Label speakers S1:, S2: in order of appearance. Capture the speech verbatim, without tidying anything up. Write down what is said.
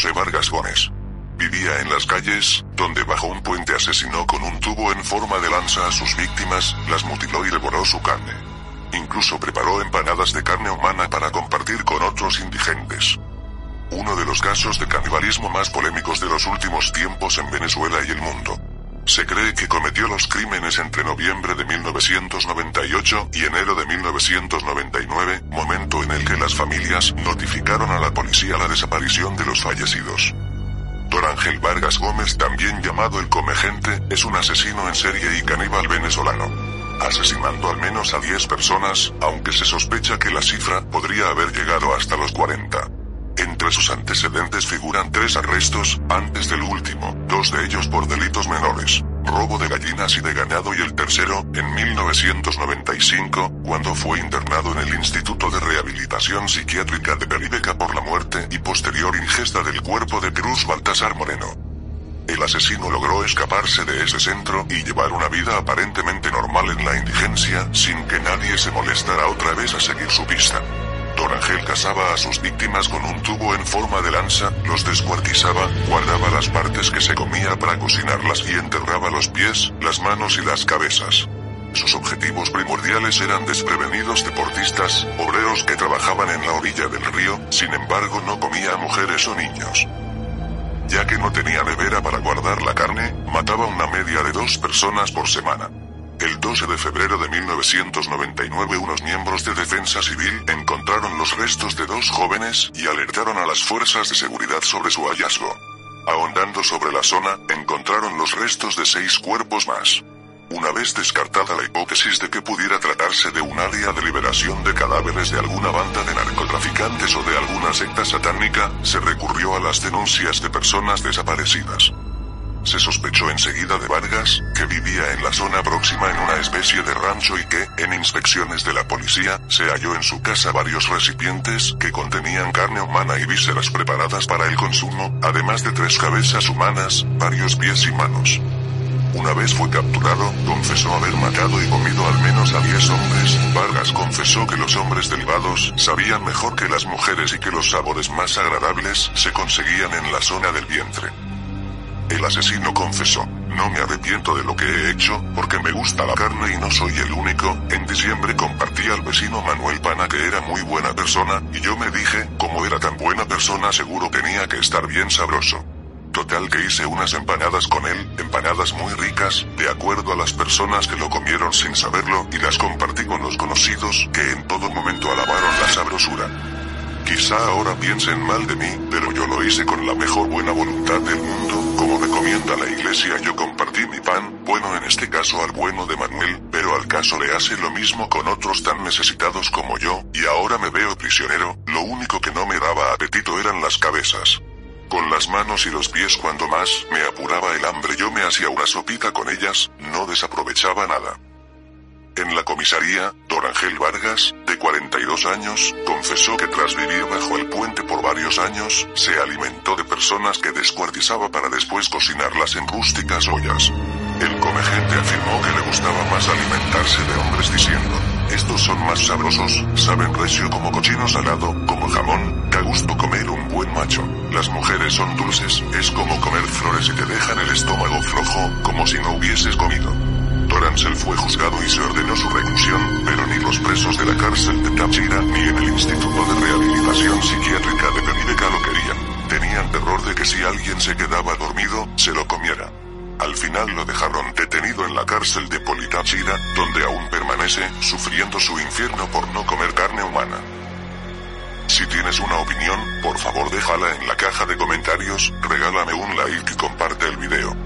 S1: José Vargas Gómez. Vivía en las calles, donde bajo un puente asesinó con un tubo en forma de lanza a sus víctimas, las mutiló y devoró su carne. Incluso preparó empanadas de carne humana para compartir con otros indigentes. Uno de los casos de canibalismo más polémicos de los últimos tiempos en Venezuela y el mundo. Se cree que cometió los crímenes entre noviembre de mil novecientos noventa y ocho y enero de mil novecientos noventa y nueve, momento en el que las familias notificaron a la policía la desaparición de los fallecidos. Don Ángel Vargas Gómez, también llamado el Comegente, es un asesino en serie y caníbal venezolano, asesinando al menos a diez personas, aunque se sospecha que la cifra podría haber llegado hasta los cuarenta. Entre sus antecedentes figuran tres arrestos, antes del último, dos de ellos por delitos menores, robo de gallinas y de ganado, y el tercero, en mil novecientos noventa y cinco, cuando fue internado en el Instituto de Rehabilitación Psiquiátrica de Peribeca por la muerte y posterior ingesta del cuerpo de Cruz Baltasar Moreno. El asesino logró escaparse de ese centro y llevar una vida aparentemente normal en la indigencia, sin que nadie se molestara otra vez a seguir su pista. Don Ángel cazaba a sus víctimas con un tubo en forma de lanza, los descuartizaba, guardaba las partes que se comía para cocinarlas y enterraba los pies, las manos y las cabezas. Sus objetivos primordiales eran desprevenidos deportistas, obreros que trabajaban en la orilla del río, sin embargo no comía a mujeres o niños. Ya que no tenía nevera para guardar la carne, mataba una media de dos personas por semana. El doce de febrero de mil novecientos noventa y nueve, unos miembros de Defensa Civil encontraron los restos de dos jóvenes y alertaron a las fuerzas de seguridad sobre su hallazgo. Ahondando sobre la zona, encontraron los restos de seis cuerpos más. Una vez descartada la hipótesis de que pudiera tratarse de un área de liberación de cadáveres de alguna banda de narcotraficantes o de alguna secta satánica, se recurrió a las denuncias de personas desaparecidas. Se sospechó enseguida de Vargas, que vivía en la zona próxima en una especie de rancho y que, en inspecciones de la policía, se halló en su casa varios recipientes que contenían carne humana y vísceras preparadas para el consumo, además de tres cabezas humanas, varios pies y manos. Una vez fue capturado, confesó haber matado y comido al menos a diez hombres. Vargas confesó que los hombres derivados sabían mejor que las mujeres y que los sabores más agradables se conseguían en la zona del vientre. El asesino confesó: no me arrepiento de lo que he hecho, porque me gusta la carne y no soy el único. En diciembre compartí al vecino Manuel Pana, que era muy buena persona, y yo me dije, como era tan buena persona seguro tenía que estar bien sabroso. Total que hice unas empanadas con él, empanadas muy ricas, de acuerdo a las personas que lo comieron sin saberlo, y las compartí con los conocidos, que en todo momento alabaron la sabrosura. Quizá ahora piensen mal de mí, pero yo lo hice con la mejor buena voluntad del mundo, como recomienda la iglesia. Yo compartí mi pan, bueno en este caso al bueno de Manuel, pero al caso le hace lo mismo con otros tan necesitados como yo, y ahora me veo prisionero. Lo único que no me daba apetito eran las cabezas. Con las manos y los pies, cuando más me apuraba el hambre, yo me hacía una sopita con ellas, no desaprovechaba nada. En la comisaría, don Ángel Vargas, de cuarenta y dos años, confesó que tras vivir bajo el puente por varios años, se alimentó de personas que descuartizaba para después cocinarlas en rústicas ollas. El Comegente afirmó que le gustaba más alimentarse de hombres diciendo: estos son más sabrosos, saben recio como cochino salado, como jamón, da gusto comer un buen macho. Las mujeres son dulces, es como comer flores y te dejan el estómago flojo, como si no hubieses comido. Don Ángel fue juzgado y se ordenó su reclusión, pero ni los presos de la cárcel de Táchira ni en el Instituto de Rehabilitación Psiquiátrica de Peribeca lo querían. Tenían terror de que si alguien se quedaba dormido, se lo comiera. Al final lo dejaron detenido en la cárcel de Politáchira, donde aún permanece, sufriendo su infierno por no comer carne humana. Si tienes una opinión, por favor déjala en la caja de comentarios, regálame un like y comparte el video.